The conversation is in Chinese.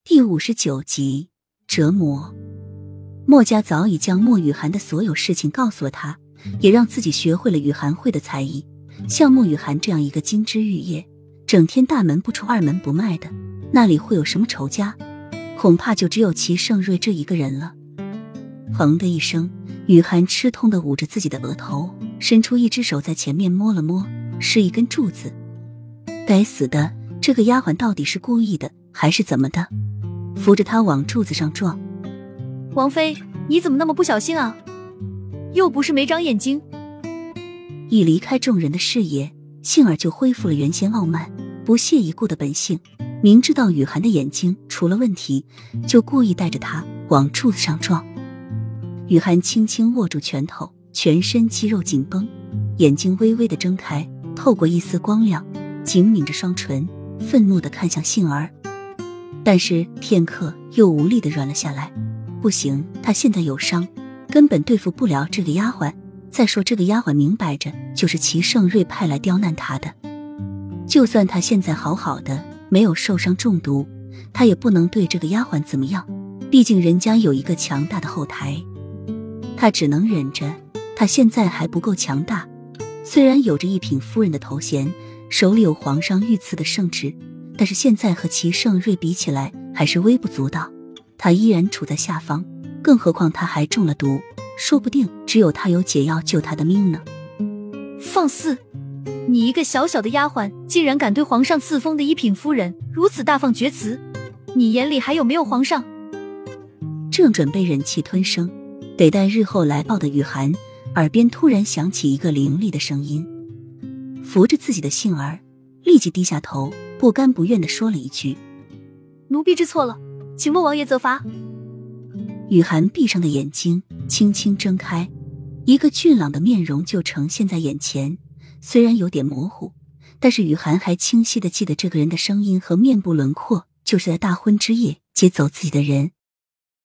第59集折磨。墨家早已将墨雨涵的所有事情告诉了他，也让自己学会了雨涵会的才艺。像墨雨涵这样一个金枝玉叶，整天大门不出二门不迈的，那里会有什么仇家？恐怕就只有齐盛瑞这一个人了。砰的一声，雨涵吃痛地捂着自己的额头，伸出一只手在前面摸了摸，是一根柱子。该死的，这个丫鬟到底是故意的还是怎么的？扶着他往柱子上撞。 王妃，你怎么那么不小心啊？又不是没长眼睛。 一离开众人的视野，杏儿就恢复了原先傲慢不屑一顾的本性，明知道雨涵的眼睛出了问题，就故意带着他往柱子上撞。雨涵轻轻握住拳头，全身肌肉紧绷，眼睛微微的睁开，透过一丝光亮，紧抿着双唇，愤怒地看向杏儿。但是片刻又无力地软了下来。不行，他现在有伤，根本对付不了这个丫鬟。再说这个丫鬟明摆着就是齐盛瑞派来刁难他的，就算他现在好好的没有受伤中毒，他也不能对这个丫鬟怎么样，毕竟人家有一个强大的后台。他只能忍着，他现在还不够强大。虽然有着一品夫人的头衔，手里有皇上御赐的圣旨，但是现在和齐盛瑞比起来还是微不足道，他依然处在下方，更何况他还中了毒，说不定只有他有解药救他的命呢。 放肆！你一个小小的丫鬟，竟然敢对皇上赐封的一品夫人如此大放厥词，你眼里还有没有皇上？ 正准备忍气吞声，得待日后来报的雨涵耳边突然响起一个凌厉的声音，扶着自己的杏儿立即低下头，不甘不愿地说了一句： 奴婢知错了，请莫王爷责罚。 雨涵闭上的眼睛轻轻睁开，一个俊朗的面容就呈现在眼前，虽然有点模糊，但是雨涵还清晰地记得这个人的声音和面部轮廓，就是在大婚之夜劫走自己的人。